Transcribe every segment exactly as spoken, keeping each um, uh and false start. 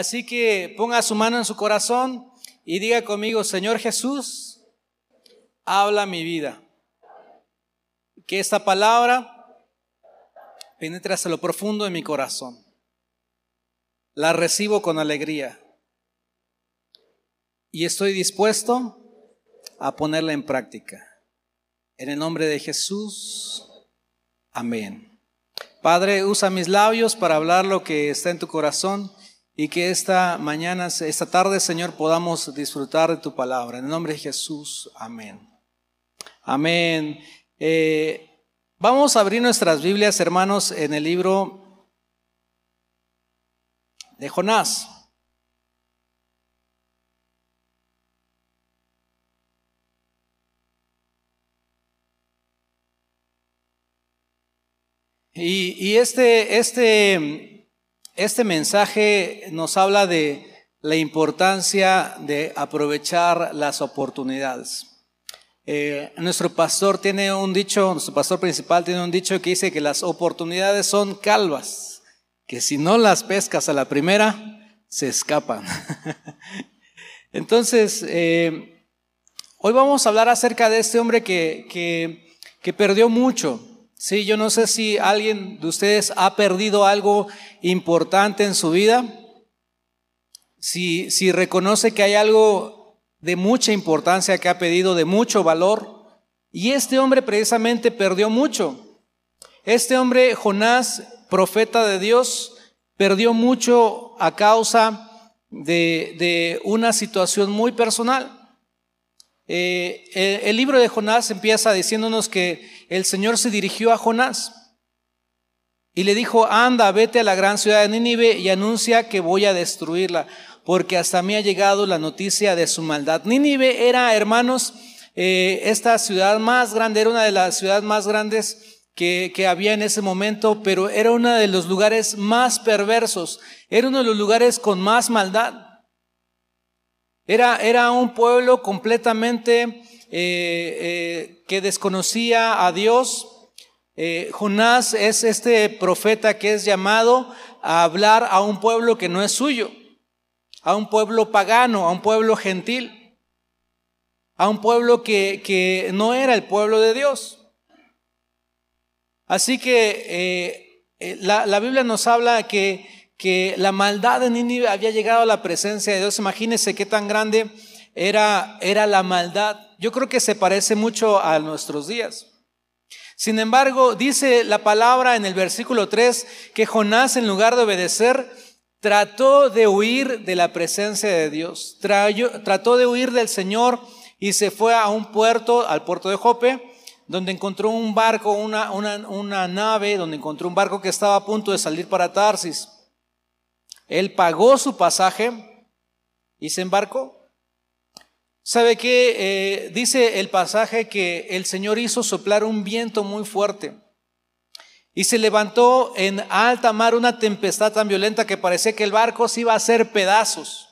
Así que ponga su mano en su corazón y diga conmigo: Señor Jesús, habla mi vida. Que esta palabra penetre hasta lo profundo de mi corazón. La recibo con alegría y estoy dispuesto a ponerla en práctica. En el nombre de Jesús, amén. Padre, usa mis labios para hablar lo que está en tu corazón y que esta mañana, esta tarde, Señor, podamos disfrutar de tu palabra. En el nombre de Jesús, amén. Amén. Eh, vamos a abrir nuestras Biblias, hermanos, en el libro de Jonás. Y, y este, este, este mensaje nos habla de la importancia de aprovechar las oportunidades. Eh, nuestro pastor tiene un dicho, nuestro pastor principal tiene un dicho que dice que las oportunidades son calvas, que si no las pescas a la primera, se escapan. Entonces, eh, hoy vamos a hablar acerca de este hombre que, que, que perdió mucho. Sí, yo no sé si alguien de ustedes ha perdido algo importante en su vida. Si, si reconoce que hay algo de mucha importancia que ha perdido, de mucho valor. Y este hombre precisamente perdió mucho. Este hombre, Jonás, profeta de Dios, perdió mucho a causa de, de una situación muy personal. Eh, el, el libro de Jonás empieza diciéndonos que el Señor se dirigió a Jonás y le dijo: anda, vete a la gran ciudad de Nínive y anuncia que voy a destruirla, porque hasta mí ha llegado la noticia de su maldad. Nínive era, hermanos, eh, esta ciudad más grande, era una de las ciudades más grandes que, que había en ese momento, pero era uno de los lugares más perversos, era uno de los lugares con más maldad. Era, era un pueblo completamente eh, eh, que desconocía a Dios. Eh, Jonás es este profeta que es llamado a hablar a un pueblo que no es suyo, a un pueblo pagano, a un pueblo gentil, a un pueblo que, que no era el pueblo de Dios. Así que eh, la, la Biblia nos habla que que la maldad de Nínive había llegado a la presencia de Dios. Imagínense qué tan grande era, era la maldad. Yo creo que se parece mucho a nuestros días. Sin embargo, dice la palabra en el versículo tres que Jonás, en lugar de obedecer, trató de huir de la presencia de Dios. Trayó, trató de huir del Señor y se fue a un puerto, al puerto de Jope, donde encontró un barco, una, una, una nave, donde encontró un barco que estaba a punto de salir para Tarsis. Él pagó su pasaje y se embarcó. ¿Sabe qué? Eh, dice el pasaje que el Señor hizo soplar un viento muy fuerte y se levantó en alta mar una tempestad tan violenta que parecía que el barco se iba a hacer pedazos.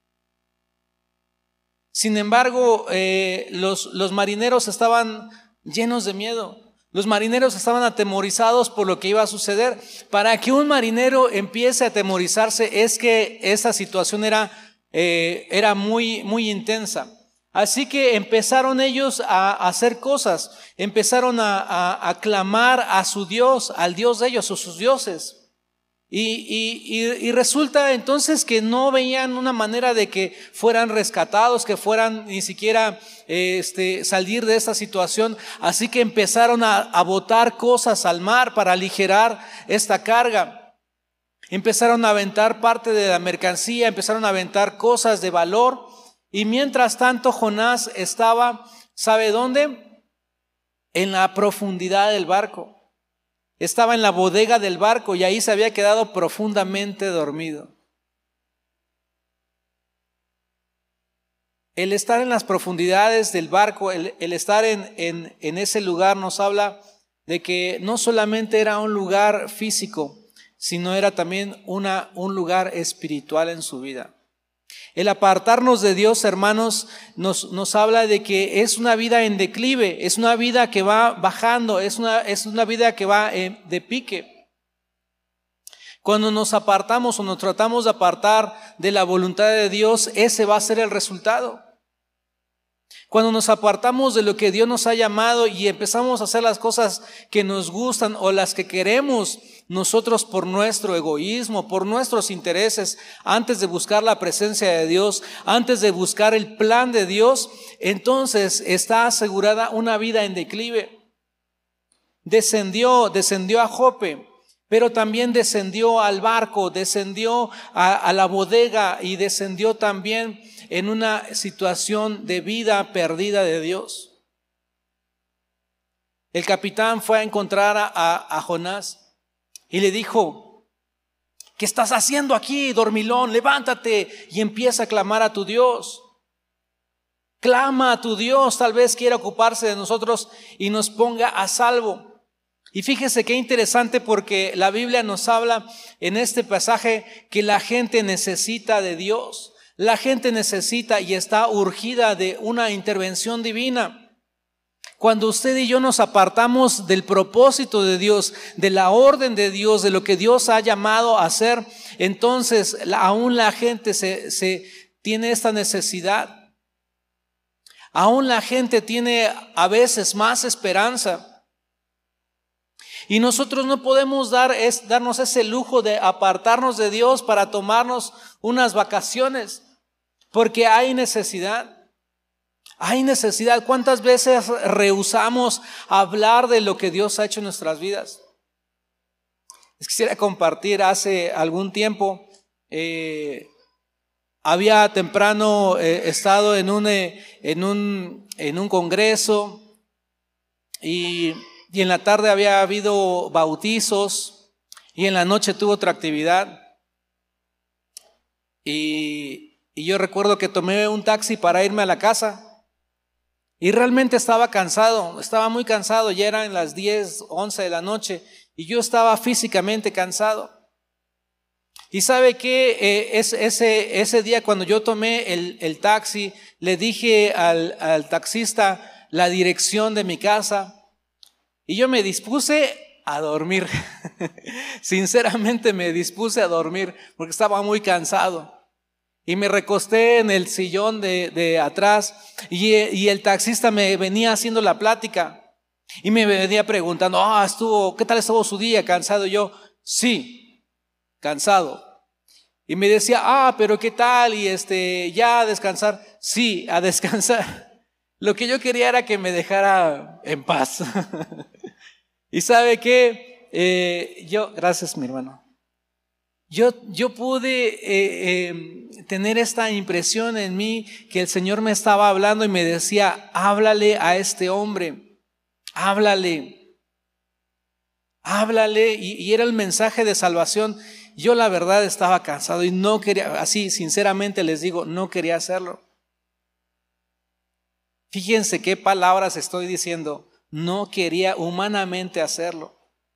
Sin embargo, eh, los, los marineros estaban llenos de miedo. Los marineros estaban atemorizados por lo que iba a suceder. Para que un marinero empiece a atemorizarse es que esa situación era, eh, era muy, muy intensa. Así que empezaron ellos a hacer cosas, empezaron a, a, a clamar a su Dios, al Dios de ellos, a sus dioses. Y, y, y, y resulta entonces que no veían una manera de que fueran rescatados, que fueran ni siquiera eh, este, salir de esta situación. Así que empezaron a, a botar cosas al mar para aligerar esta carga. Empezaron a aventar parte de la mercancía, empezaron a aventar cosas de valor. Y mientras tanto Jonás estaba, ¿sabe dónde? En la profundidad del barco. Estaba en la bodega del barco y ahí se había quedado profundamente dormido. El estar en las profundidades del barco, el, el estar en, en, en ese lugar nos habla de que no solamente era un lugar físico, sino era también una, un lugar espiritual en su vida. El apartarnos de Dios, hermanos, nos, nos habla de que es una vida en declive, es una vida que va bajando, es una, es una vida que va eh, de pique. Cuando nos apartamos o nos tratamos de apartar de la voluntad de Dios, ese va a ser el resultado. Cuando nos apartamos de lo que Dios nos ha llamado y empezamos a hacer las cosas que nos gustan o las que queremos nosotros por nuestro egoísmo, por nuestros intereses, antes de buscar la presencia de Dios, antes de buscar el plan de Dios, entonces está asegurada una vida en declive. Descendió, descendió a Jope, pero también descendió al barco, descendió a, a la bodega y descendió también en una situación de vida perdida de Dios. El capitán fue a encontrar a, a, a Jonás y le dijo: ¿qué estás haciendo aquí, dormilón? Levántate y empieza a clamar a tu Dios. Clama a tu Dios, tal vez quiera ocuparse de nosotros y nos ponga a salvo. Y fíjese qué interesante, porque la Biblia nos habla en este pasaje que la gente necesita de Dios. La gente necesita y está urgida de una intervención divina. Cuando usted y yo nos apartamos del propósito de Dios, de la orden de Dios, de lo que Dios ha llamado a hacer, entonces aún la gente se, se tiene esta necesidad. Aún la gente tiene a veces más esperanza. Y nosotros no podemos dar, es, darnos ese lujo de apartarnos de Dios para tomarnos unas vacaciones, porque hay necesidad. Hay necesidad. ¿Cuántas veces rehusamos hablar de lo que Dios ha hecho en nuestras vidas? Les quisiera compartir, hace algún tiempo, eh, había temprano eh, estado en un, eh, en, un, en un congreso y... Y en la tarde había habido bautizos y en la noche tuvo otra actividad. Y, y yo recuerdo que tomé un taxi para irme a la casa y realmente estaba cansado, estaba muy cansado, ya eran las diez, once de la noche y yo estaba físicamente cansado. Y sabe qué, eh, es, ese, ese día cuando yo tomé el, el taxi, le dije al, al taxista la dirección de mi casa. Y yo me dispuse a dormir. Sinceramente me dispuse a dormir porque estaba muy cansado. Y me recosté en el sillón de, de atrás y, y el taxista me venía haciendo la plática. Y me venía preguntando: ah, estuvo, ¿qué tal estuvo su día? ¿Cansado? Y yo, sí, cansado. Y me decía: ah, pero ¿qué tal? Y este, ya a descansar. Sí, a descansar. Lo que yo quería era que me dejara en paz. Y sabe qué, eh, yo, gracias mi hermano, yo, yo pude eh, eh, tener esta impresión en mí que el Señor me estaba hablando y me decía: háblale a este hombre, háblale, háblale. Y, y era el mensaje de salvación. Yo la verdad estaba cansado y no quería, así sinceramente les digo, no quería hacerlo. Fíjense qué palabras estoy diciendo. No quería humanamente hacerlo.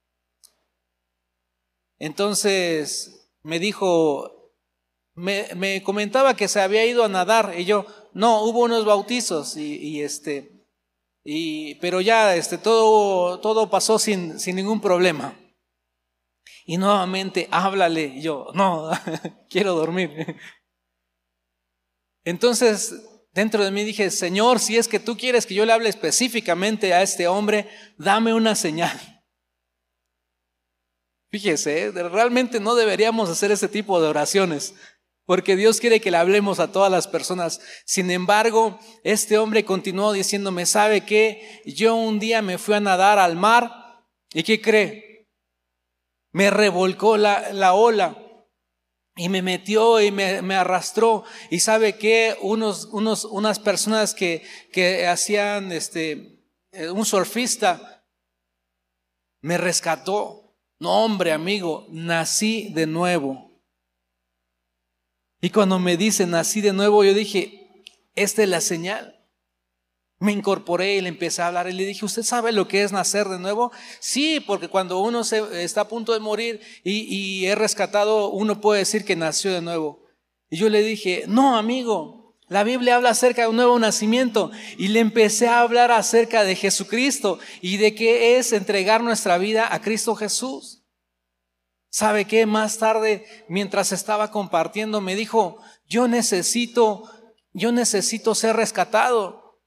Entonces me dijo, me, me comentaba que se había ido a nadar y yo, no, hubo unos bautizos y, y este, y, pero ya este, todo, todo pasó sin, sin ningún problema. Y nuevamente, háblale. Yo, no, quiero dormir. Entonces, dentro de mí dije: Señor, si es que tú quieres que yo le hable específicamente a este hombre, dame una señal. Fíjese, realmente no deberíamos hacer ese tipo de oraciones, porque Dios quiere que le hablemos a todas las personas. Sin embargo, este hombre continuó diciéndome: ¿sabe qué? Yo un día me fui a nadar al mar y ¿qué cree? Me revolcó la, la ola. Y me metió y me, me arrastró. Y sabe que unos, unos, unas personas que, que hacían este, un surfista me rescató. No, hombre, amigo, nací de nuevo. Y cuando me dice nací de nuevo, yo dije: esta es la señal. Me incorporé y le empecé a hablar y le dije: ¿usted sabe lo que es nacer de nuevo? Sí, porque cuando uno se, está a punto de morir y, y es rescatado, uno puede decir que nació de nuevo. Y yo le dije: no, amigo, la Biblia habla acerca de un nuevo nacimiento. Y le empecé a hablar acerca de Jesucristo y de qué es entregar nuestra vida a Cristo Jesús. ¿Sabe qué? Más tarde, mientras estaba compartiendo, me dijo, yo necesito, yo necesito ser rescatado.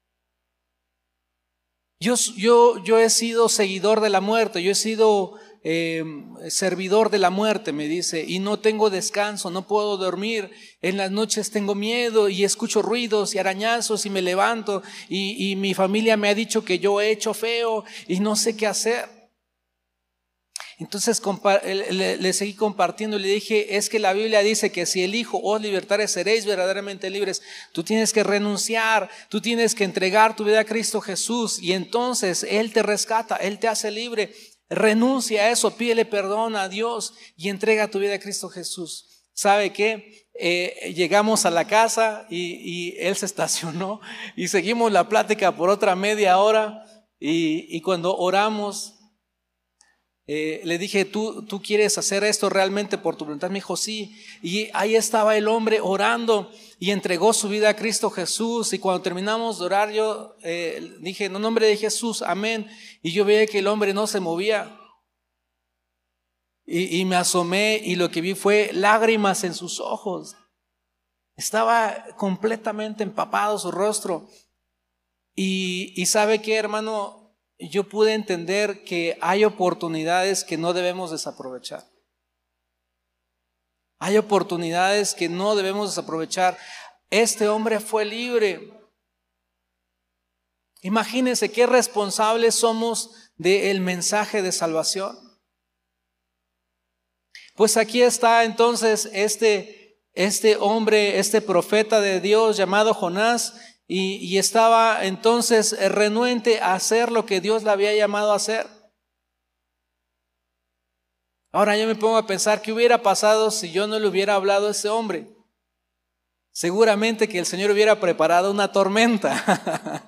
Yo, yo, yo he sido seguidor de la muerte, yo he sido eh, servidor de la muerte, me dice, y no tengo descanso, no puedo dormir. En las noches tengo miedo y escucho ruidos y arañazos y me levanto y, y mi familia me ha dicho que yo he hecho feo y no sé qué hacer. Entonces le, le seguí compartiendo y le dije, es que la Biblia dice que si el Hijo os libertare seréis verdaderamente libres. Tú tienes que renunciar, tú tienes que entregar tu vida a Cristo Jesús y entonces Él te rescata, Él te hace libre. Renuncia a eso, pídele perdón a Dios y entrega tu vida a Cristo Jesús. ¿Sabe qué? Eh, llegamos a la casa y, y Él se estacionó y seguimos la plática por otra media hora y, y cuando oramos, Eh, le dije, ¿tú, ¿tú quieres hacer esto realmente por tu voluntad? Me dijo, sí. Y ahí estaba el hombre orando y entregó su vida a Cristo Jesús. Y cuando terminamos de orar, yo eh, dije, en nombre de Jesús, amén. Y yo veía que el hombre no se movía. Y, y me asomé y lo que vi fue lágrimas en sus ojos. Estaba completamente empapado su rostro. Y, y ¿sabe qué, hermano? Yo pude entender que hay oportunidades que no debemos desaprovechar. Hay oportunidades que no debemos desaprovechar. Este hombre fue libre. Imagínense qué responsables somos del mensaje de salvación. Pues aquí está entonces este, este hombre, este profeta de Dios llamado Jonás. Y, y estaba entonces renuente a hacer lo que Dios le había llamado a hacer. Ahora yo me pongo a pensar qué hubiera pasado si yo no le hubiera hablado a ese hombre. Seguramente que el Señor hubiera preparado una tormenta.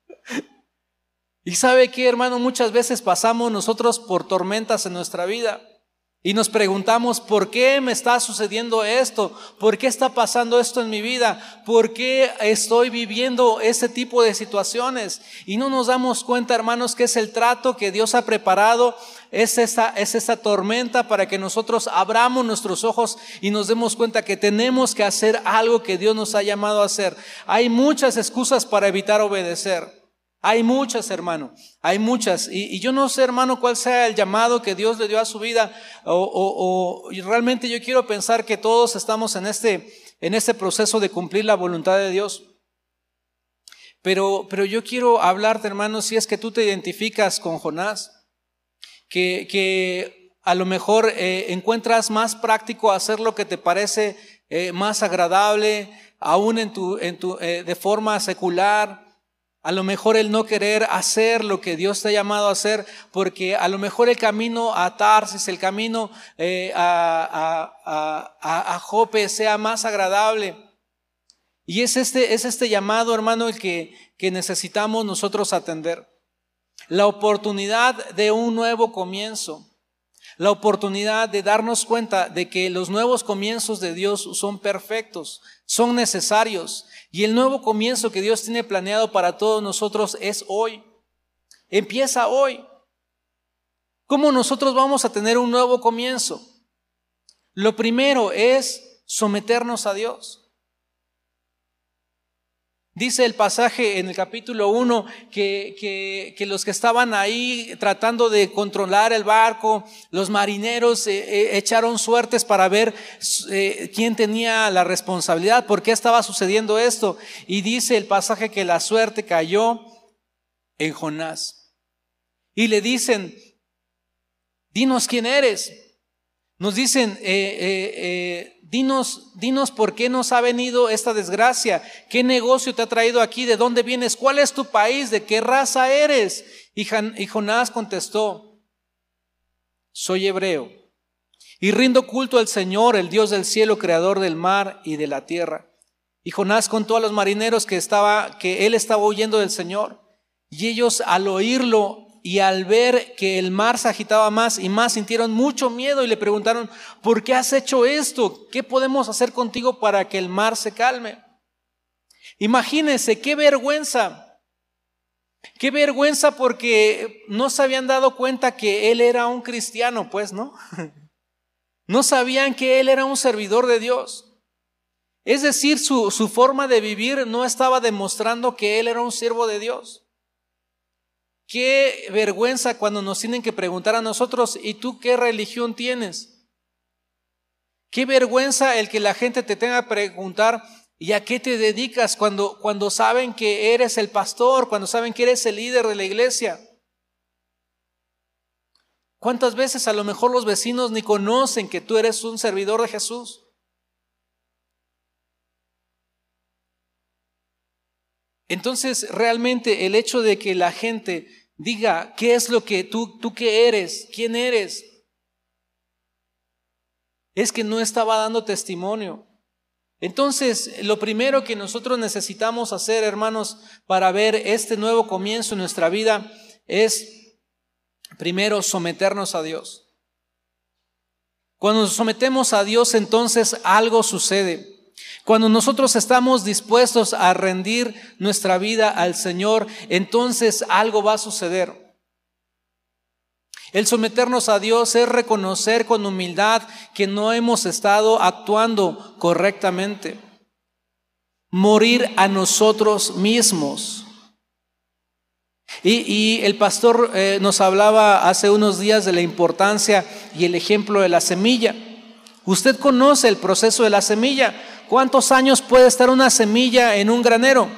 Y ¿sabe qué, hermano? Muchas veces pasamos nosotros por tormentas en nuestra vida. Y nos preguntamos, ¿por qué me está sucediendo esto? ¿Por qué está pasando esto en mi vida? ¿Por qué estoy viviendo este tipo de situaciones? Y no nos damos cuenta, hermanos, que es el trato que Dios ha preparado. Es esa, es esa tormenta para que nosotros abramos nuestros ojos y nos demos cuenta que tenemos que hacer algo que Dios nos ha llamado a hacer. Hay muchas excusas para evitar obedecer. Hay muchas, hermano, hay muchas. Y, y yo no sé, hermano, cuál sea el llamado que Dios le dio a su vida. O, o, o y realmente yo quiero pensar que todos estamos en este, en este proceso de cumplir la voluntad de Dios. Pero, pero yo quiero hablarte, hermano, si es que tú te identificas con Jonás, que, que a lo mejor eh, encuentras más práctico hacer lo que te parece eh, más agradable, aún en tu, en tu, eh, de forma secular. A lo mejor el no querer hacer lo que Dios te ha llamado a hacer, porque a lo mejor el camino a Tarsis, el camino eh, a, a, a, a Jope sea más agradable. Y es este, es este llamado, hermano, el que, que necesitamos nosotros atender. La oportunidad de un nuevo comienzo. La oportunidad de darnos cuenta de que los nuevos comienzos de Dios son perfectos, son necesarios. Y el nuevo comienzo que Dios tiene planeado para todos nosotros es hoy. Empieza hoy. ¿Cómo nosotros vamos a tener un nuevo comienzo? Lo primero es someternos a Dios. Dice el pasaje en el capítulo uno que, que, que los que estaban ahí tratando de controlar el barco, los marineros eh, eh, echaron suertes para ver eh, quién tenía la responsabilidad, por qué estaba sucediendo esto. Y dice el pasaje que la suerte cayó en Jonás. Y le dicen, dinos quién eres. Nos dicen, eh, eh, eh, dinos, dinos por qué nos ha venido esta desgracia, qué negocio te ha traído aquí, de dónde vienes, cuál es tu país, de qué raza eres. Y, Jan, y Jonás contestó, soy hebreo y rindo culto al Señor, el Dios del cielo, creador del mar y de la tierra. Y Jonás contó a los marineros que, estaba, que él estaba huyendo del Señor, y ellos al oírlo y al ver que el mar se agitaba más y más, sintieron mucho miedo y le preguntaron, ¿por qué has hecho esto? ¿Qué podemos hacer contigo para que el mar se calme? Imagínense, qué vergüenza, qué vergüenza porque no se habían dado cuenta que él era un cristiano, pues, ¿no? No sabían que él era un servidor de Dios. Es decir, su, su forma de vivir no estaba demostrando que él era un siervo de Dios. Qué vergüenza cuando nos tienen que preguntar a nosotros, ¿y tú qué religión tienes? Qué vergüenza el que la gente te tenga que preguntar, ¿y a qué te dedicas? Cuando, cuando saben que eres el pastor, cuando saben que eres el líder de la iglesia. ¿Cuántas veces a lo mejor los vecinos ni conocen que tú eres un servidor de Jesús? Entonces, realmente el hecho de que la gente diga, ¿qué es lo que tú, tú qué eres? ¿Quién eres? Es que no estaba dando testimonio. Entonces, lo primero que nosotros necesitamos hacer, hermanos, para ver este nuevo comienzo en nuestra vida es, primero, someternos a Dios. Cuando nos sometemos a Dios, entonces algo sucede. Cuando nosotros estamos dispuestos a rendir nuestra vida al Señor, entonces algo va a suceder. El someternos a Dios es reconocer con humildad que no hemos estado actuando correctamente. Morir a nosotros mismos. Y, y el pastor eh, nos hablaba hace unos días de la importancia y el ejemplo de la semilla. Usted conoce el proceso de la semilla. ¿Cuántos años puede estar una semilla en un granero?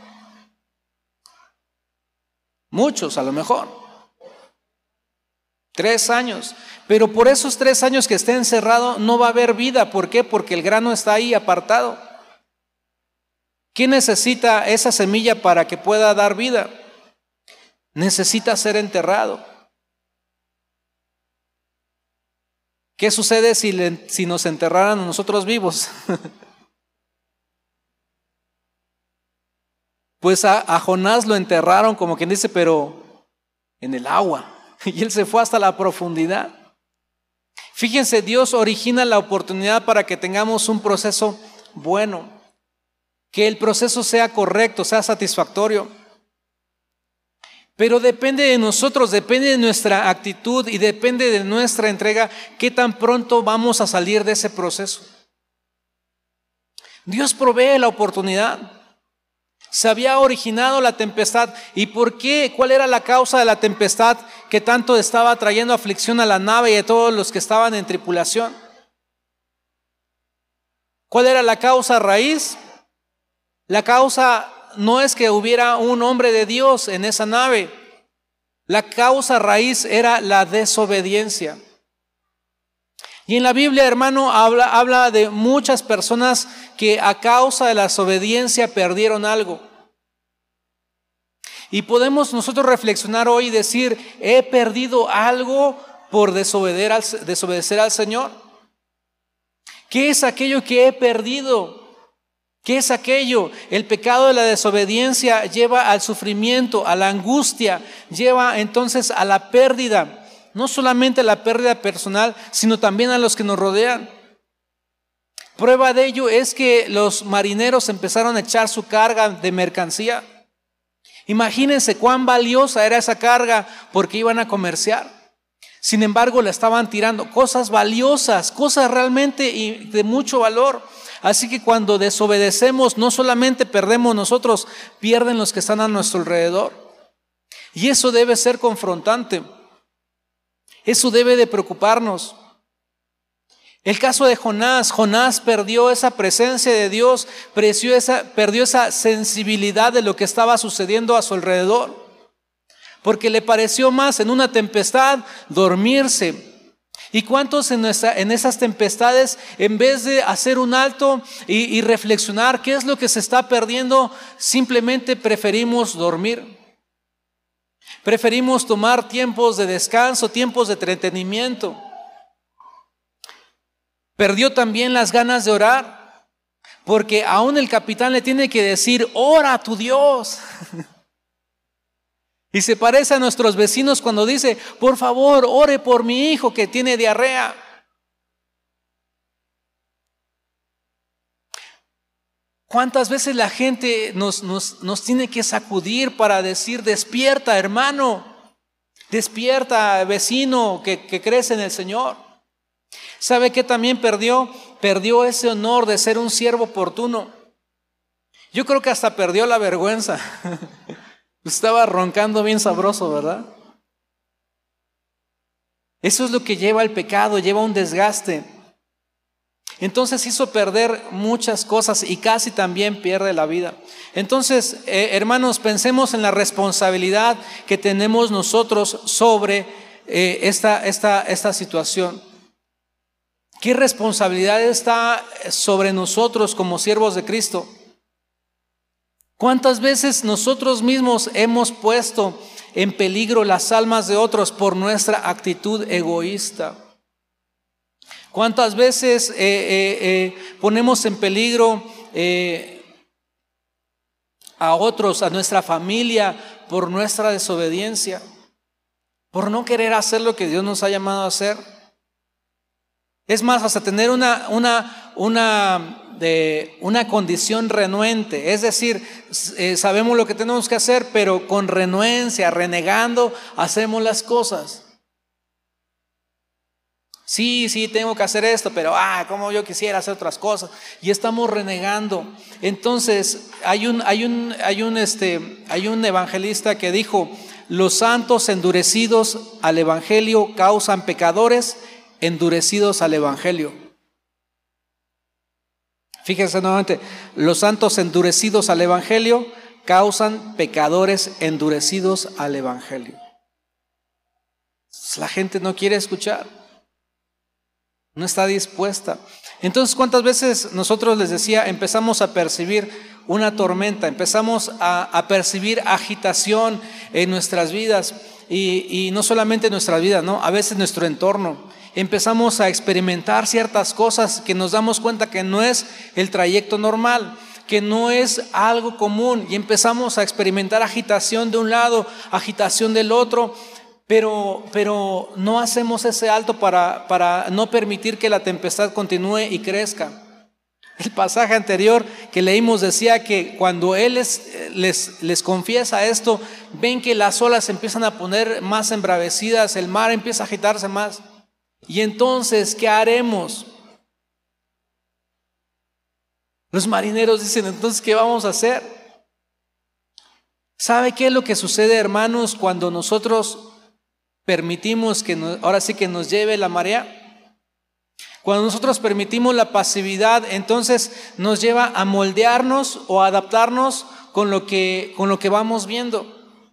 Muchos, a lo mejor. Tres años. Pero por esos tres años que esté encerrado no va a haber vida. ¿Por qué? Porque el grano está ahí apartado. ¿Qué necesita esa semilla para que pueda dar vida? Necesita ser enterrado. ¿Qué sucede si, le, si nos enterraran a nosotros vivos? Pues a, a Jonás lo enterraron, como quien dice, pero en el agua. Y él se fue hasta la profundidad. Fíjense, Dios origina la oportunidad para que tengamos un proceso bueno. Que el proceso sea correcto, sea satisfactorio. Pero depende de nosotros, depende de nuestra actitud y depende de nuestra entrega, qué tan pronto vamos a salir de ese proceso. Dios provee la oportunidad. Se había originado la tempestad. ¿Y por qué? ¿Cuál era la causa de la tempestad que tanto estaba trayendo aflicción a la nave y a todos los que estaban en tripulación? ¿Cuál era la causa raíz? La causa no es que hubiera un hombre de Dios en esa nave. La causa raíz era la desobediencia. Y en la Biblia, hermano, habla, habla de muchas personas que a causa de la desobediencia perdieron algo. Y podemos nosotros reflexionar hoy y decir, ¿he perdido algo por desobedecer al, desobedecer al Señor? ¿Qué es aquello que he perdido? ¿Qué es aquello? El pecado de la desobediencia lleva al sufrimiento, a la angustia, lleva entonces a la pérdida. No solamente a la pérdida personal, sino también a los que nos rodean. Prueba de ello es que los marineros empezaron a echar su carga de mercancía. Imagínense cuán valiosa era esa carga porque iban a comerciar. Sin embargo, la estaban tirando. Cosas valiosas, cosas realmente de mucho valor. Así que cuando desobedecemos, no solamente perdemos nosotros, pierden los que están a nuestro alrededor. Y eso debe ser confrontante. Eso debe de preocuparnos. El caso de Jonás, Jonás perdió esa presencia de Dios, perdió esa, perdió esa sensibilidad de lo que estaba sucediendo a su alrededor, porque le pareció más en una tempestad dormirse. ¿Y cuántos en, nuestra, en esas tempestades, en vez de hacer un alto y, y reflexionar qué es lo que se está perdiendo, simplemente preferimos dormir? Preferimos tomar tiempos de descanso, tiempos de entretenimiento. Perdió también las ganas de orar, porque aún el capitán le tiene que decir, ora a tu Dios. Y se parece a nuestros vecinos cuando dice, por favor, ore por mi hijo que tiene diarrea. ¿Cuántas veces la gente nos, nos, nos tiene que sacudir para decir, despierta, hermano, despierta, vecino que, que crees en el Señor? ¿Sabe qué también perdió? Perdió ese honor de ser un siervo oportuno. Yo creo que hasta perdió la vergüenza. Estaba roncando bien sabroso, ¿verdad? Eso es lo que lleva al pecado, lleva un desgaste. Entonces hizo perder muchas cosas y casi también pierde la vida. Entonces, eh, hermanos, pensemos en la responsabilidad que tenemos nosotros sobre eh, esta, esta, esta situación. ¿Qué responsabilidad está sobre nosotros como siervos de Cristo? ¿Cuántas veces nosotros mismos hemos puesto en peligro las almas de otros por nuestra actitud egoísta? ¿Cuántas veces eh, eh, eh, ponemos en peligro eh, a otros, a nuestra familia, por nuestra desobediencia? Por no querer hacer lo que Dios nos ha llamado a hacer. Es más, hasta tener una, una, una, de, una condición renuente. Es decir, eh, sabemos lo que tenemos que hacer, pero con renuencia, renegando, hacemos las cosas. Sí, sí, tengo que hacer esto, pero ah, como yo quisiera hacer otras cosas. Y estamos renegando. Entonces, hay un, hay un, hay un, este, hay un evangelista que dijo: los santos endurecidos al evangelio causan pecadores endurecidos al evangelio. Fíjense nuevamente, los santos endurecidos al evangelio causan pecadores endurecidos al evangelio. La gente no quiere escuchar. No está dispuesta. Entonces, ¿cuántas veces nosotros, les decía, empezamos a percibir una tormenta? Empezamos a, a percibir agitación en nuestras vidas. Y, y no solamente en nuestras vidas, ¿no? A veces en nuestro entorno. Empezamos a experimentar ciertas cosas que nos damos cuenta que no es el trayecto normal, que no es algo común. Y empezamos a experimentar agitación de un lado, agitación del otro. Pero, pero no hacemos ese alto para, para no permitir que la tempestad continúe y crezca. El pasaje anterior que leímos decía que cuando Él les, les, les confiesa esto, ven que las olas se empiezan a poner más embravecidas, el mar empieza a agitarse más. Y entonces, ¿qué haremos? Los marineros dicen: entonces, ¿qué vamos a hacer? ¿Sabe qué es lo que sucede, hermanos, cuando nosotros permitimos que nos, ahora sí que nos lleve la marea? Cuando nosotros permitimos la pasividad, entonces nos lleva a moldearnos o a adaptarnos con lo que, con lo que vamos viendo.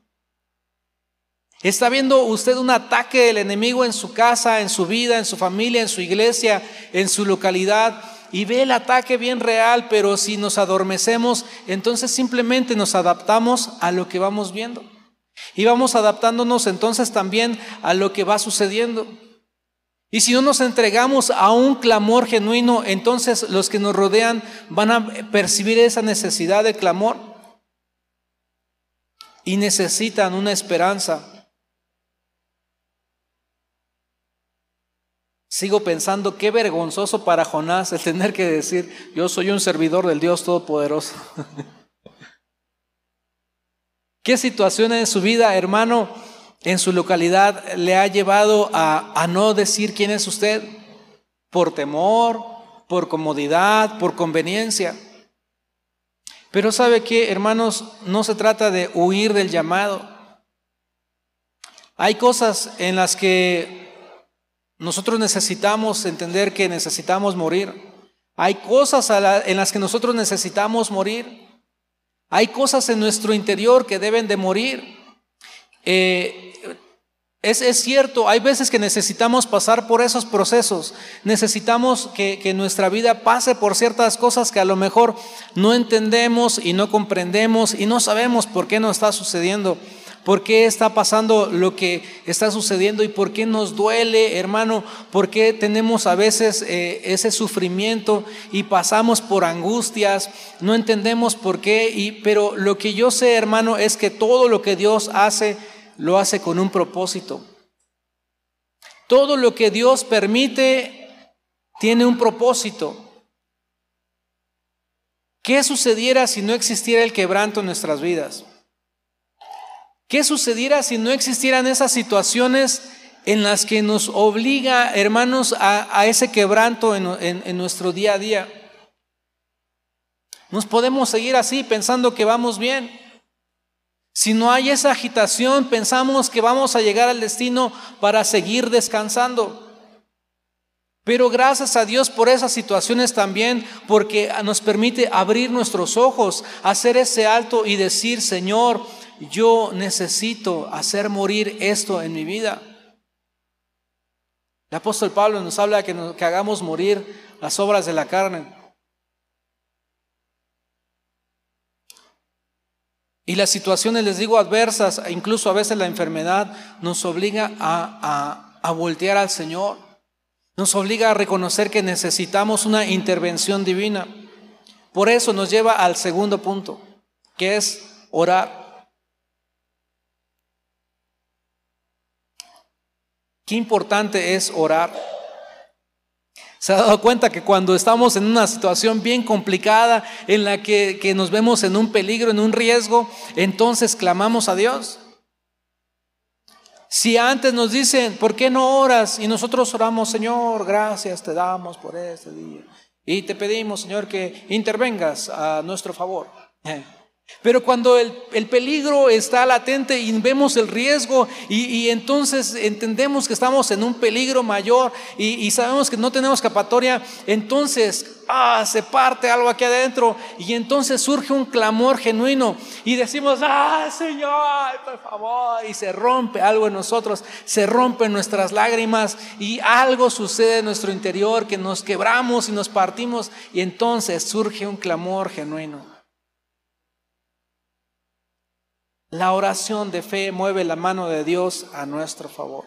¿Está viendo usted un ataque del enemigo en su casa, en su vida, en su familia, en su iglesia, en su localidad? Y ve el ataque bien real, pero si nos adormecemos, entonces simplemente nos adaptamos a lo que vamos viendo. Y vamos adaptándonos entonces también a lo que va sucediendo. Y si no nos entregamos a un clamor genuino, entonces los que nos rodean van a percibir esa necesidad de clamor y necesitan una esperanza. Sigo pensando qué vergonzoso para Jonás el tener que decir: yo soy un servidor del Dios Todopoderoso. ¿Qué situación en su vida, hermano, en su localidad le ha llevado a, a no decir quién es usted? Por temor, por comodidad, por conveniencia. Pero ¿sabe qué, hermanos? No se trata de huir del llamado. Hay cosas en las que nosotros necesitamos entender que necesitamos morir. Hay cosas en las que nosotros necesitamos morir. Hay cosas en nuestro interior que deben de morir. Eh, es, es cierto, hay veces que necesitamos pasar por esos procesos. Necesitamos que, que nuestra vida pase por ciertas cosas que a lo mejor no entendemos y no comprendemos y no sabemos por qué nos está sucediendo. ¿Por qué está pasando lo que está sucediendo y por qué nos duele, hermano? ¿Por qué tenemos a veces eh, ese sufrimiento y pasamos por angustias? No entendemos por qué, y, pero lo que yo sé, hermano, es que todo lo que Dios hace, lo hace con un propósito. Todo lo que Dios permite tiene un propósito. ¿Qué sucediera si no existiera el quebranto en nuestras vidas? ¿Qué sucediera si no existieran esas situaciones en las que nos obliga, hermanos, a, a ese quebranto en, en, en nuestro día a día. Nos podemos seguir así pensando que vamos bien. Si no hay esa agitación, pensamos que vamos a llegar al destino para seguir descansando. Pero gracias a Dios por esas situaciones también, porque nos permite abrir nuestros ojos, hacer ese alto y decir: Señor, yo necesito hacer morir esto en mi vida. El apóstol Pablo nos habla de que, nos, que hagamos morir las obras de la carne. Y las situaciones, les digo, adversas, incluso a veces la enfermedad, nos obliga a, a, a voltear al Señor. Nos obliga a reconocer que necesitamos una intervención divina. Por eso nos lleva al segundo punto, que es orar. Qué importante es orar. ¿Se ha dado cuenta que cuando estamos en una situación bien complicada, en la que, que nos vemos en un peligro, en un riesgo, entonces clamamos a Dios? Si antes nos dicen: ¿por qué no oras? Y nosotros oramos: Señor, gracias te damos por este día. Y te pedimos, Señor, que intervengas a nuestro favor. Pero cuando el, el peligro está latente y vemos el riesgo y, y entonces entendemos que estamos en un peligro mayor y, y sabemos que no tenemos escapatoria, entonces ah, se parte algo aquí adentro y entonces surge un clamor genuino y decimos: ¡ah, Señor, por favor! Y se rompe algo en nosotros, se rompen nuestras lágrimas y algo sucede en nuestro interior, que nos quebramos y nos partimos, y entonces surge un clamor genuino. La oración de fe mueve la mano de Dios a nuestro favor.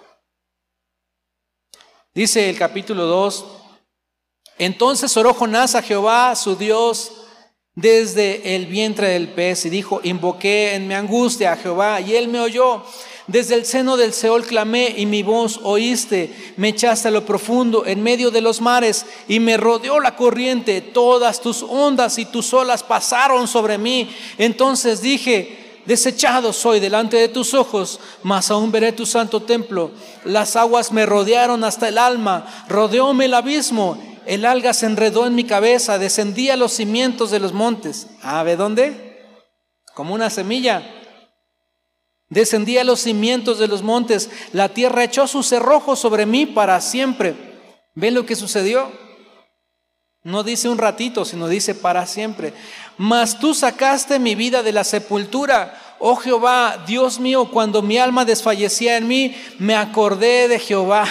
Dice el capítulo dos: entonces oró Jonás a Jehová su Dios desde el vientre del pez y dijo: invoqué en mi angustia a Jehová y él me oyó. Desde el seno del Seol clamé y mi voz oíste. Me echaste a lo profundo en medio de los mares y me rodeó la corriente. Todas tus ondas y tus olas pasaron sobre mí. Entonces dije: desechado soy delante de tus ojos, mas aún veré tu santo templo. Las aguas me rodearon hasta el alma, rodeóme el abismo. El alga se enredó en mi cabeza, descendí a los cimientos de los montes. Ah, ¿ve dónde? Como una semilla. Descendí a los cimientos de los montes. La tierra echó sus cerrojos sobre mí para siempre. ¿Ven lo que sucedió? No dice un ratito, sino dice para siempre. Mas tú sacaste mi vida de la sepultura, oh Jehová, Dios mío. Cuando mi alma desfallecía en mí, me acordé de Jehová.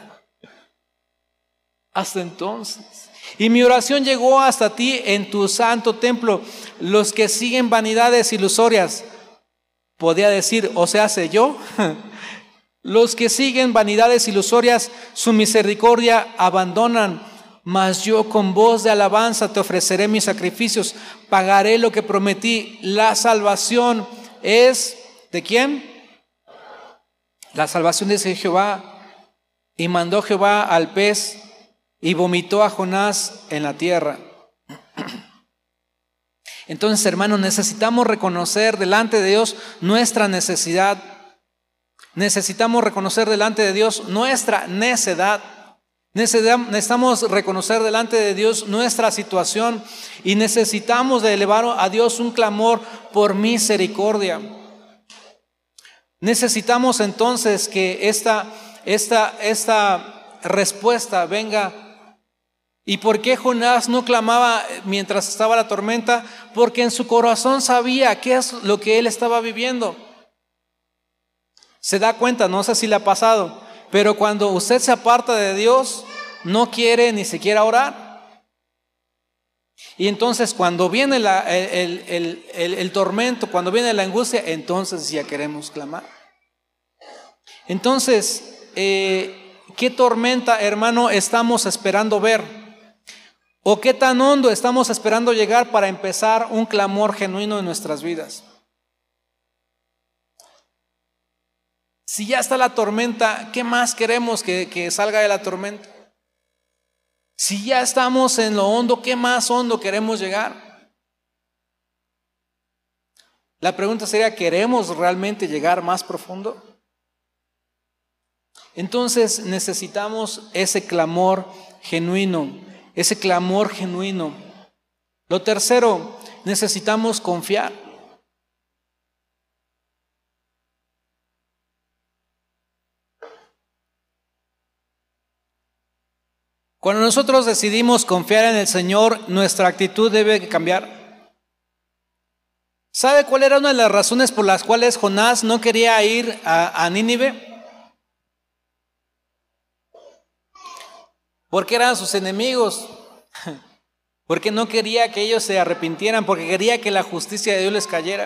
Hasta entonces. Y mi oración llegó hasta ti en tu santo templo. Los que siguen vanidades ilusorias, podía decir, o sea, sé yo. Los que siguen vanidades ilusorias, su misericordia abandonan. Mas yo con voz de alabanza te ofreceré mis sacrificios, pagaré lo que prometí. La salvación es ¿de quién? La salvación es de Jehová. Y mandó Jehová al pez y vomitó a Jonás en la tierra. Entonces, hermanos, necesitamos reconocer delante de Dios nuestra necesidad. Necesitamos reconocer delante de Dios nuestra necedad. Necesitamos reconocer delante de Dios nuestra situación y necesitamos de elevar a Dios un clamor por misericordia. Necesitamos entonces que esta, esta, esta respuesta venga. ¿Y por qué Jonás no clamaba mientras estaba la tormenta? Porque en su corazón sabía qué es lo que él estaba viviendo. Se da cuenta, no sé si le ha pasado, pero cuando usted se aparta de Dios, no quiere ni siquiera orar. Y entonces cuando viene la, el, el, el, el tormento, cuando viene la angustia, entonces ya queremos clamar. Entonces, eh, ¿qué tormenta, hermano, estamos esperando ver? ¿O qué tan hondo estamos esperando llegar para empezar un clamor genuino en nuestras vidas? Si ya está la tormenta, ¿qué más queremos que, que salga de la tormenta? Si ya estamos en lo hondo, ¿qué más hondo queremos llegar? La pregunta sería, ¿queremos realmente llegar más profundo? Entonces necesitamos ese clamor genuino, ese clamor genuino. Lo tercero, necesitamos confiar. Cuando nosotros decidimos confiar en el Señor, nuestra actitud debe cambiar. ¿Sabe cuál era una de las razones por las cuales Jonás no quería ir a, a Nínive? Porque eran sus enemigos, porque no quería que ellos se arrepintieran, porque quería que la justicia de Dios les cayera.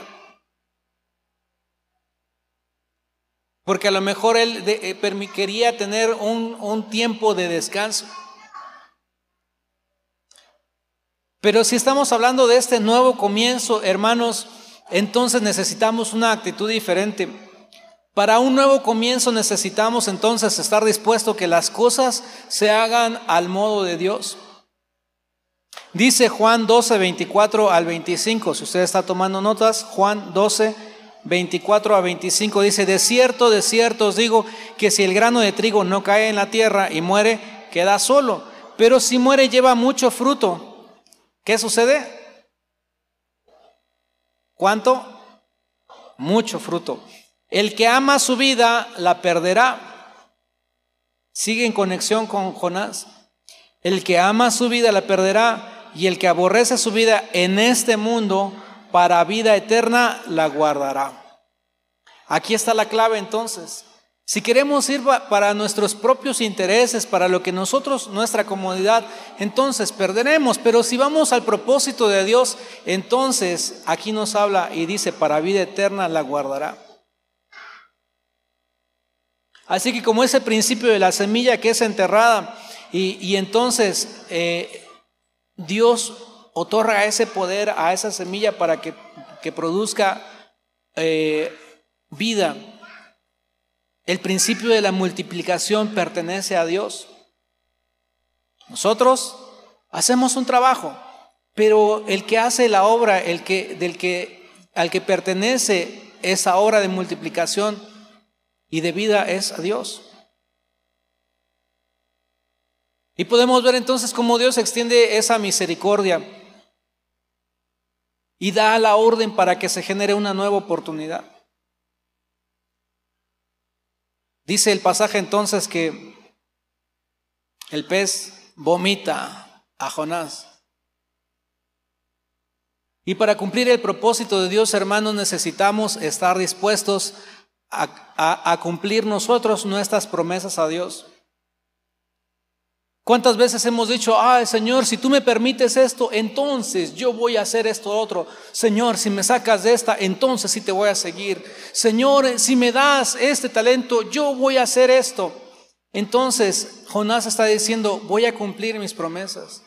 Porque a lo mejor él de, eh, quería tener un, un tiempo de descanso. Pero si estamos hablando de este nuevo comienzo, hermanos, entonces necesitamos una actitud diferente. Para un nuevo comienzo necesitamos entonces estar dispuestos a que las cosas se hagan al modo de Dios. Dice Juan doce, veinticuatro al veinticinco, si usted está tomando notas, Juan doce, veinticuatro a veinticinco dice: de cierto, de cierto os digo que si el grano de trigo no cae en la tierra y muere, queda solo, pero si muere lleva mucho fruto. ¿Qué sucede? ¿Cuánto? Mucho fruto. El que ama su vida la perderá. Sigue en conexión con Jonás. El que ama su vida la perderá, y el que aborrece su vida en este mundo para vida eterna la guardará. Aquí está la clave entonces. Si queremos ir para nuestros propios intereses, para lo que nosotros, nuestra comodidad, entonces perderemos. Pero si vamos al propósito de Dios, entonces aquí nos habla y dice: para vida eterna la guardará. Así que como ese principio de la semilla que es enterrada, y, y entonces eh, Dios otorga ese poder a esa semilla para que, que produzca eh, vida. El principio de la multiplicación pertenece a Dios. Nosotros hacemos un trabajo, pero el que hace la obra, el que, del que, al que pertenece esa obra de multiplicación y de vida es a Dios. Y podemos ver entonces cómo Dios extiende esa misericordia y da la orden para que se genere una nueva oportunidad. Dice el pasaje entonces que el pez vomita a Jonás. Y para cumplir el propósito de Dios, hermanos, necesitamos estar dispuestos a, a, a cumplir nosotros nuestras promesas a Dios. ¿Cuántas veces hemos dicho: ay, Señor, si tú me permites esto, entonces yo voy a hacer esto otro? Señor, si me sacas de esta, entonces sí te voy a seguir. Señor, si me das este talento, yo voy a hacer esto. Entonces Jonás está diciendo: voy a cumplir mis promesas.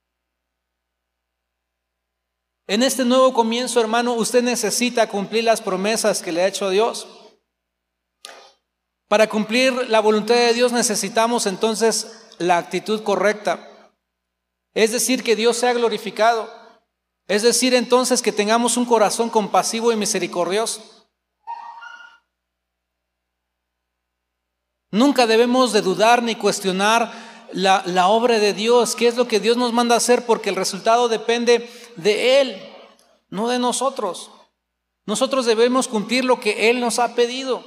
En este nuevo comienzo, hermano, usted necesita cumplir las promesas que le ha hecho Dios. Para cumplir la voluntad de Dios necesitamos entonces la actitud correcta, es decir, que Dios sea glorificado, es decir, entonces que tengamos un corazón compasivo y misericordioso. Nunca debemos de dudar ni cuestionar la, la obra de Dios, qué es lo que Dios nos manda hacer, porque el resultado depende de Él, no de nosotros. Nosotros debemos cumplir lo que Él nos ha pedido.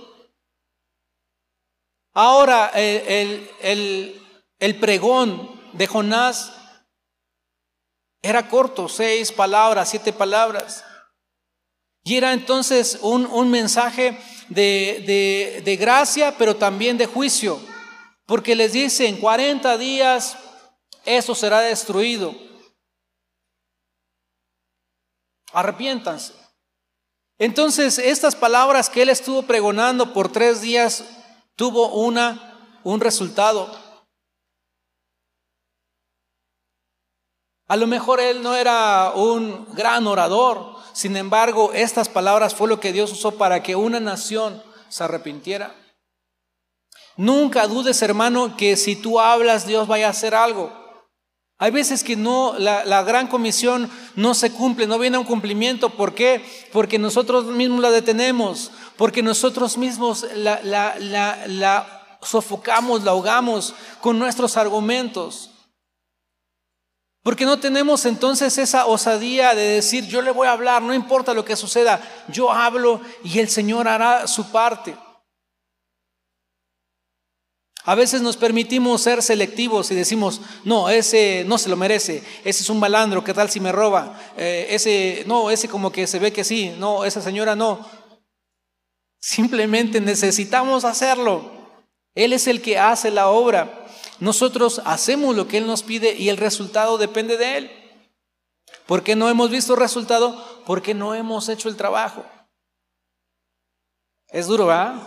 Ahora, el, el, el El pregón de Jonás era corto, seis palabras, siete palabras. Y era entonces un, un mensaje de, de, de gracia, pero también de juicio. Porque les dice: en cuarenta días eso será destruido. Arrepiéntanse. Entonces, estas palabras que él estuvo pregonando por tres días tuvo una, un resultado. A lo mejor él no era un gran orador, sin embargo, estas palabras fue lo que Dios usó para que una nación se arrepintiera. Nunca dudes, hermano, que si tú hablas, Dios vaya a hacer algo. Hay veces que no, la, la gran comisión no se cumple, no viene a un cumplimiento. ¿Por qué? Porque nosotros mismos la detenemos, porque nosotros mismos la, la, la, la sofocamos, la ahogamos con nuestros argumentos. Porque no tenemos entonces esa osadía de decir, yo le voy a hablar, no importa lo que suceda, yo hablo y el Señor hará su parte. A veces nos permitimos ser selectivos y decimos, no, ese no se lo merece, ese es un malandro, ¿qué tal si me roba? Eh, ese, no, ese como que se ve que sí, no, esa señora no. Simplemente necesitamos hacerlo. Él es el que hace la obra. Nosotros hacemos lo que Él nos pide y el resultado depende de Él. ¿Por qué no hemos visto resultado? Porque no hemos hecho el trabajo. Es duro, ¿verdad?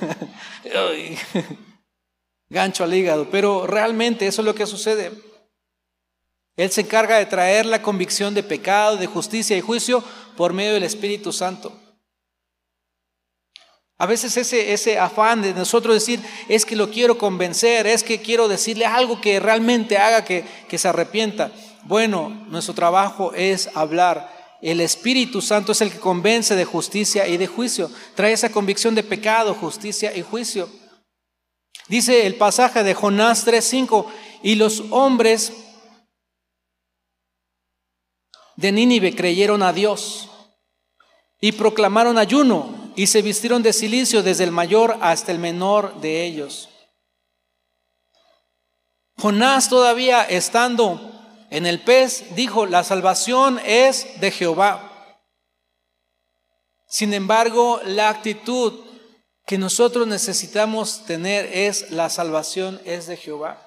Gancho al hígado, pero realmente eso es lo que sucede. Él se encarga de traer la convicción de pecado, de justicia y juicio por medio del Espíritu Santo. A veces ese, ese afán de nosotros decir, es que lo quiero convencer, es que quiero decirle algo que realmente haga que, que se arrepienta. Bueno, nuestro trabajo es hablar. El Espíritu Santo es el que convence de justicia y de juicio. Trae esa convicción de pecado, justicia y juicio. Dice el pasaje de Jonás tres cinco, y los hombres de Nínive creyeron a Dios y proclamaron ayuno y se vistieron de cilicio desde el mayor hasta el menor de ellos. Jonás, todavía estando en el pez, dijo, la salvación es de Jehová. Sin embargo, la actitud que nosotros necesitamos tener es, la salvación es de Jehová.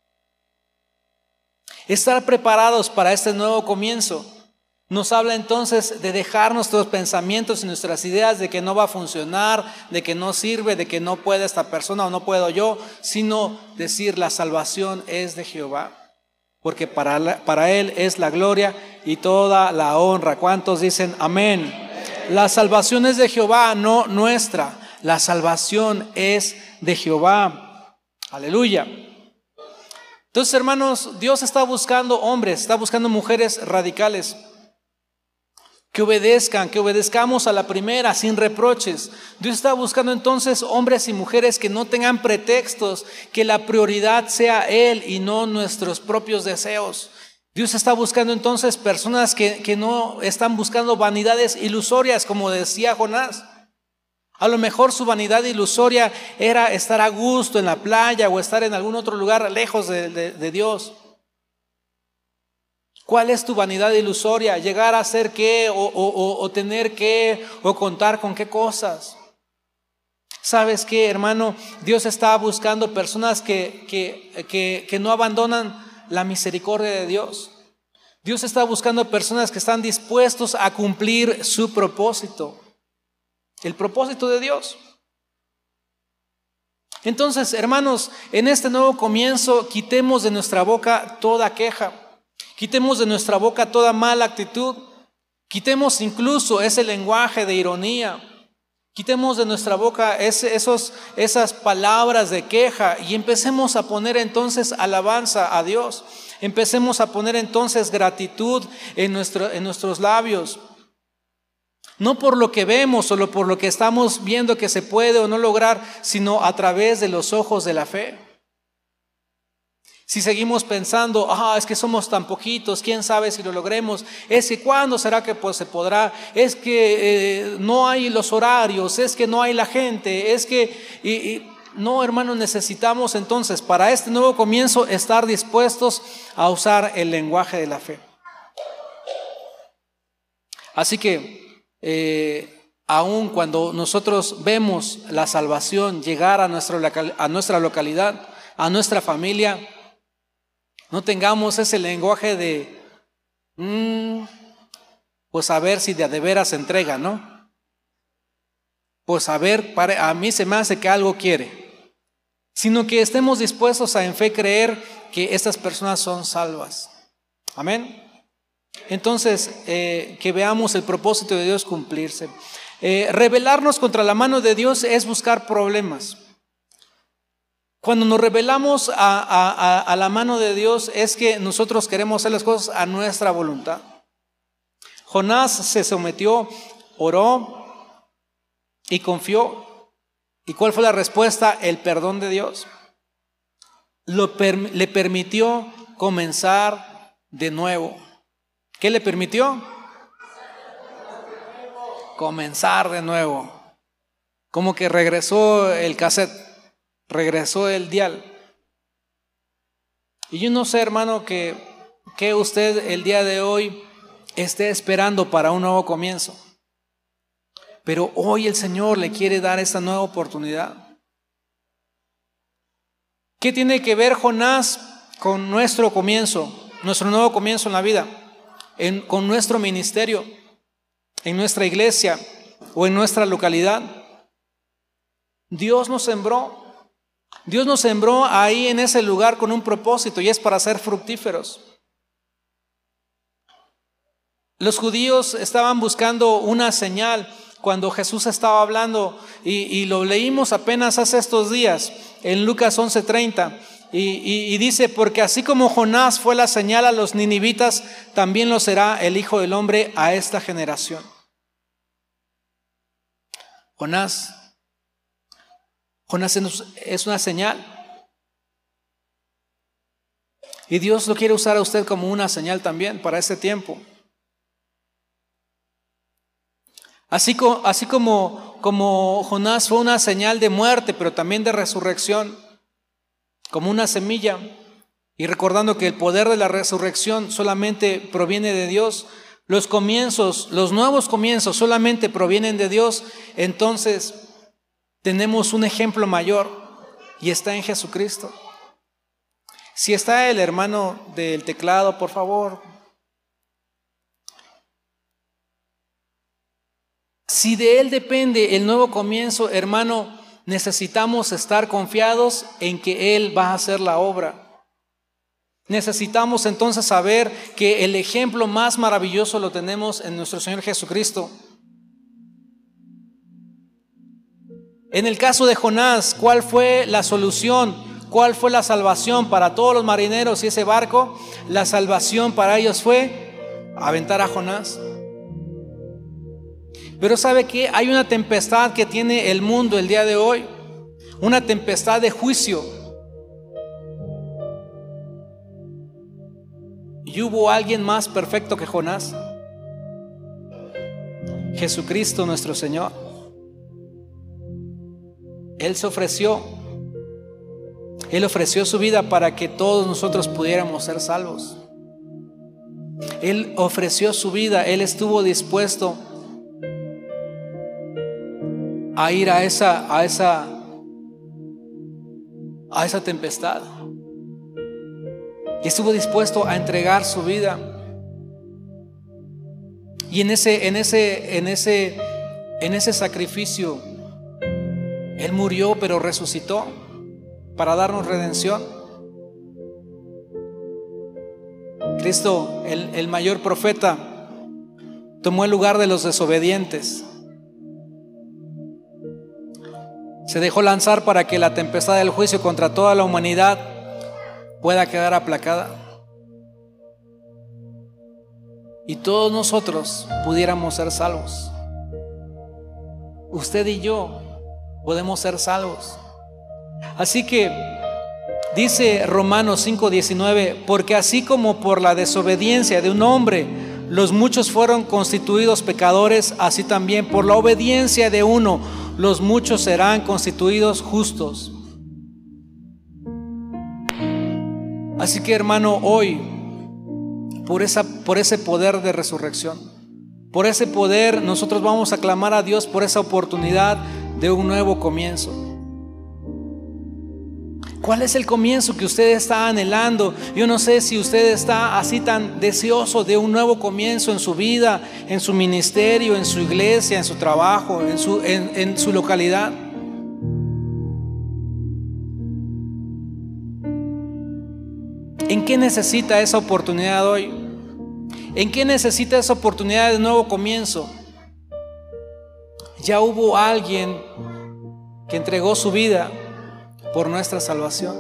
Estar preparados para este nuevo comienzo nos habla entonces de dejar nuestros pensamientos y nuestras ideas de que no va a funcionar, de que no sirve, de que no puede esta persona o no puedo yo, sino decir la salvación es de Jehová, porque para, la, para Él es la gloria y toda la honra. ¿Cuántos dicen amén? La salvación es de Jehová, no nuestra. La salvación es de Jehová. Aleluya. Entonces, hermanos, Dios está buscando hombres, está buscando mujeres radicales que obedezcan, que obedezcamos a la primera sin reproches. Dios está buscando entonces hombres y mujeres que no tengan pretextos, que la prioridad sea Él y no nuestros propios deseos. Dios está buscando entonces personas que, que no están buscando vanidades ilusorias, como decía Jonás. A lo mejor su vanidad ilusoria era estar a gusto en la playa o estar en algún otro lugar lejos de, de, de Dios. ¿Cuál es tu vanidad ilusoria? ¿Llegar a hacer qué o, o, o tener qué o contar con qué cosas? ¿Sabes qué, hermano? Dios está buscando personas que, que, que, que no abandonan la misericordia de Dios. Dios está buscando personas que están dispuestos a cumplir su propósito. El propósito de Dios. Entonces, hermanos, en este nuevo comienzo, quitemos de nuestra boca toda queja. Quitemos de nuestra boca toda mala actitud. Quitemos incluso ese lenguaje de ironía. Quitemos de nuestra boca ese, esos, esas palabras de queja y empecemos a poner entonces alabanza a Dios. Empecemos a poner entonces gratitud en, nuestro, en nuestros labios. No por lo que vemos, solo por lo que estamos viendo que se puede o no lograr, sino a través de los ojos de la fe. Si seguimos pensando, ah, es que somos tan poquitos, quién sabe si lo logremos, es que cuándo será que pues, se podrá, es que eh, no hay los horarios, es que no hay la gente, es que, y, y, no, hermanos, necesitamos entonces para este nuevo comienzo estar dispuestos a usar el lenguaje de la fe. Así que, Eh, aun cuando nosotros vemos la salvación llegar a, nuestro, a nuestra localidad, a nuestra familia, no tengamos ese lenguaje de mmm, pues a ver si de a de veras se entrega, ¿no? Pues a ver, para, a mí se me hace que algo quiere, sino que estemos dispuestos a en fe creer que estas personas son salvas. Amén. Entonces, eh, que veamos el propósito de Dios cumplirse. Eh, rebelarnos contra la mano de Dios es buscar problemas. Cuando nos rebelamos a, a, a la mano de Dios es que nosotros queremos hacer las cosas a nuestra voluntad. Jonás se sometió, oró y confió. ¿Y cuál fue la respuesta? El perdón de Dios. Lo per- le permitió comenzar de nuevo. ¿Qué le permitió? Comenzar de nuevo. Como que regresó el cassette, regresó el dial. Y yo no sé, hermano, que, que usted el día de hoy esté esperando para un nuevo comienzo. Pero hoy el Señor le quiere dar esta nueva oportunidad. ¿Qué tiene que ver Jonás con nuestro comienzo, nuestro nuevo comienzo en la vida, en, con nuestro ministerio, en nuestra iglesia o en nuestra localidad? Dios nos sembró. Dios nos sembró ahí en ese lugar con un propósito, y es para ser fructíferos. Los judíos estaban buscando una señal cuando Jesús estaba hablando, y, y lo leímos apenas hace estos días en Lucas once treinta, y, y, y dice: porque así como Jonás fue la señal a los ninivitas, también lo será el Hijo del Hombre a esta generación. Jonás Jonás es una señal, y Dios lo quiere usar a usted como una señal también para este tiempo. Así, co, así como, como Jonás fue una señal de muerte, pero también de resurrección, como una semilla, y recordando que el poder de la resurrección solamente proviene de Dios, los comienzos, los nuevos comienzos solamente provienen de Dios. Entonces tenemos un ejemplo mayor, y está en Jesucristo. Si está el hermano del teclado, por favor. Si de Él depende el nuevo comienzo, hermano, necesitamos estar confiados en que Él va a hacer la obra. Necesitamos entonces saber que el ejemplo más maravilloso lo tenemos en nuestro Señor Jesucristo. En el caso de Jonás, ¿cuál fue la solución? ¿Cuál fue la salvación para todos los marineros y ese barco? La salvación para ellos fue aventar a Jonás. Pero ¿sabe qué? Hay una tempestad que tiene el mundo el día de hoy, una tempestad de juicio. ¿Y hubo alguien más perfecto que Jonás? Jesucristo nuestro Señor. Él se ofreció, Él ofreció su vida para que todos nosotros pudiéramos ser salvos. Él ofreció su vida, Él estuvo dispuesto a ir a esa, a esa, a esa tempestad. Y estuvo dispuesto a entregar su vida. Y en ese, en ese, en ese, en ese sacrificio, Él murió, pero resucitó para darnos redención. Cristo, el, el mayor profeta, tomó el lugar de los desobedientes. Se dejó lanzar para que la tempestad del juicio contra toda la humanidad pueda quedar aplacada, y todos nosotros pudiéramos ser salvos. Usted y yo podemos ser salvos. Así que dice Romanos cinco diecinueve: porque así como por la desobediencia de un hombre los muchos fueron constituidos pecadores, así también por la obediencia de uno los muchos serán constituidos justos. Así que, hermano, hoy, por esa, por ese poder de resurrección, por ese poder, nosotros vamos a clamar a Dios por esa oportunidad de un nuevo comienzo. ¿Cuál es el comienzo que usted está anhelando? Yo no sé si usted está así tan deseoso de un nuevo comienzo en su vida, en su ministerio, en su iglesia, en su trabajo, en su, en, en su localidad. ¿En qué necesita esa oportunidad hoy? ¿En qué necesita esa oportunidad de nuevo comienzo? Ya hubo alguien que entregó su vida por nuestra salvación.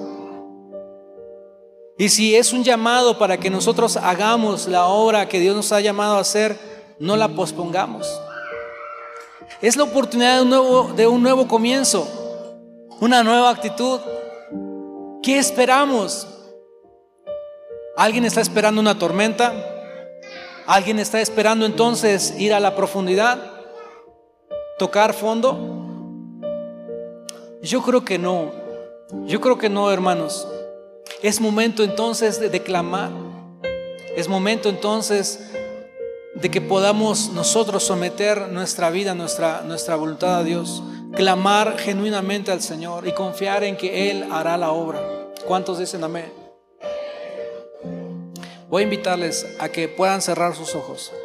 Y si es un llamado para que nosotros hagamos la obra que Dios nos ha llamado a hacer, no la pospongamos. Es la oportunidad de un nuevo, de un nuevo comienzo. una nueva actitud. ¿Qué esperamos? ¿Alguien está esperando una tormenta? ¿Alguien está esperando entonces ir a la profundidad? ¿Tocar fondo? Yo creo que no. Yo creo que no, hermanos. Es momento entonces de, de clamar. Es momento entonces de que podamos nosotros someter nuestra vida, nuestra, nuestra voluntad a Dios. Clamar genuinamente al Señor y confiar en que Él hará la obra. ¿Cuántos dicen amén? Voy a invitarles a que puedan cerrar sus ojos.